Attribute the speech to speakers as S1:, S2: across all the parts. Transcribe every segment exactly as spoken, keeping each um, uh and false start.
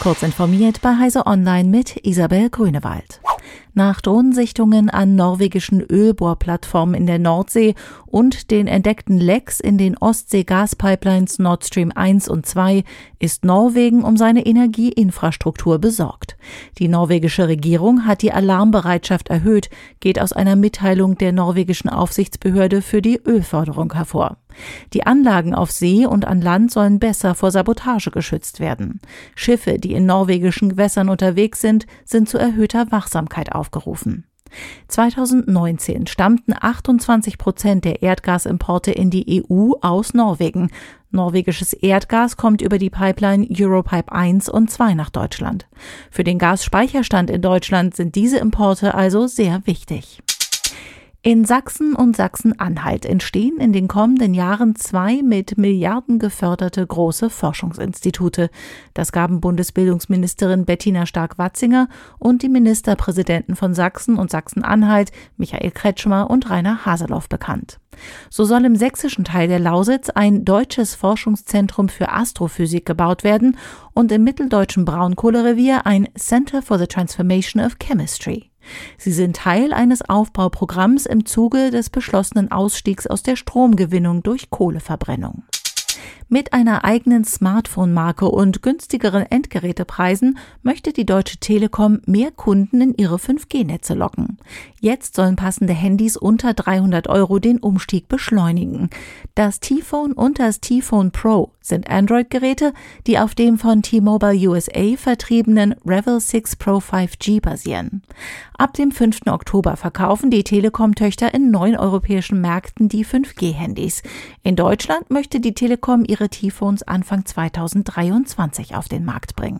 S1: Kurz informiert bei Heise Online mit Isabel Grünewald. Nach Drohnensichtungen an norwegischen Ölbohrplattformen in der Nordsee und den entdeckten Lecks in den Ostsee-Gaspipelines Nord Stream eins und zwei ist Norwegen um seine Energieinfrastruktur besorgt. Die norwegische Regierung hat die Alarmbereitschaft erhöht, geht aus einer Mitteilung der norwegischen Aufsichtsbehörde für die Ölförderung hervor. Die Anlagen auf See und an Land sollen besser vor Sabotage geschützt werden. Schiffe, die in norwegischen Gewässern unterwegs sind, sind zu erhöhter Wachsamkeit aufgerufen. zweitausendneunzehn stammten achtundzwanzig Prozent der Erdgasimporte in die E U aus Norwegen. Norwegisches Erdgas kommt über die Pipeline Europipe eins und zwei nach Deutschland. Für den Gasspeicherstand in Deutschland sind diese Importe also sehr wichtig. In Sachsen und Sachsen-Anhalt entstehen in den kommenden Jahren zwei mit Milliarden geförderte große Forschungsinstitute. Das gaben Bundesbildungsministerin Bettina Stark-Watzinger und die Ministerpräsidenten von Sachsen und Sachsen-Anhalt, Michael Kretschmer und Rainer Haseloff, bekannt. So soll im sächsischen Teil der Lausitz ein deutsches Forschungszentrum für Astrophysik gebaut werden und im mitteldeutschen Braunkohlerevier ein Center for the Transformation of Chemistry. Sie sind Teil eines Aufbauprogramms im Zuge des beschlossenen Ausstiegs aus der Stromgewinnung durch Kohleverbrennung. Mit einer eigenen Smartphone-Marke und günstigeren Endgerätepreisen möchte die Deutsche Telekom mehr Kunden in ihre fünf G Netze locken. Jetzt sollen passende Handys unter dreihundert Euro den Umstieg beschleunigen. Das T-Phone und das T-Phone Pro sind Android-Geräte, die auf dem von T-Mobile U S A vertriebenen Revel sechs Pro fünf G basieren. Ab dem fünften Oktober verkaufen die Telekom-Töchter in neun europäischen Märkten die fünf G Handys. In Deutschland möchte die Telekom ihre T-Phones Anfang zweitausenddreiundzwanzig auf den Markt bringen.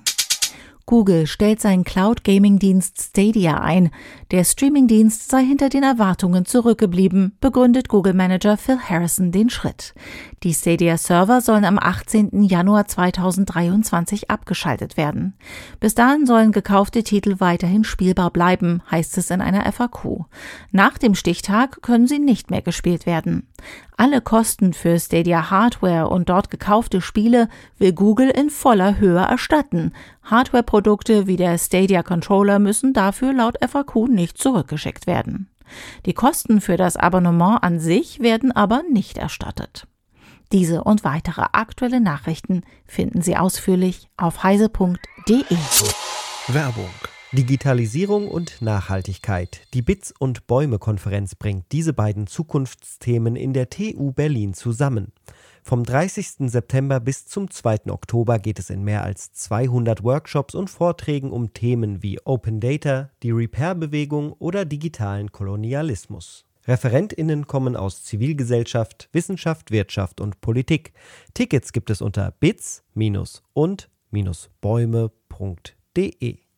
S1: Google stellt seinen Cloud-Gaming-Dienst Stadia ein. Der Streaming-Dienst sei hinter den Erwartungen zurückgeblieben, begründet Google-Manager Phil Harrison den Schritt. Die Stadia-Server sollen am achtzehnten Januar zweitausenddreiundzwanzig abgeschaltet werden. Bis dahin sollen gekaufte Titel weiterhin spielbar bleiben, heißt es in einer F A Q. Nach dem Stichtag können sie nicht mehr gespielt werden. Alle Kosten für Stadia Hardware und dort gekaufte Spiele will Google in voller Höhe erstatten. Hardware-Produkte wie der Stadia Controller müssen dafür laut F A Q nicht zurückgeschickt werden. Die Kosten für das Abonnement an sich werden aber nicht erstattet. Diese und weitere aktuelle Nachrichten finden Sie ausführlich auf heise punkt de.
S2: Werbung. Digitalisierung und Nachhaltigkeit. Die B I Z und Bäume-Konferenz bringt diese beiden Zukunftsthemen in der T U Berlin zusammen. Vom dreißigsten September bis zum zweiten Oktober geht es in mehr als zweihundert Workshops und Vorträgen um Themen wie Open Data, die Repair-Bewegung oder digitalen Kolonialismus. ReferentInnen kommen aus Zivilgesellschaft, Wissenschaft, Wirtschaft und Politik. Tickets gibt es unter biz und bäume punkt de.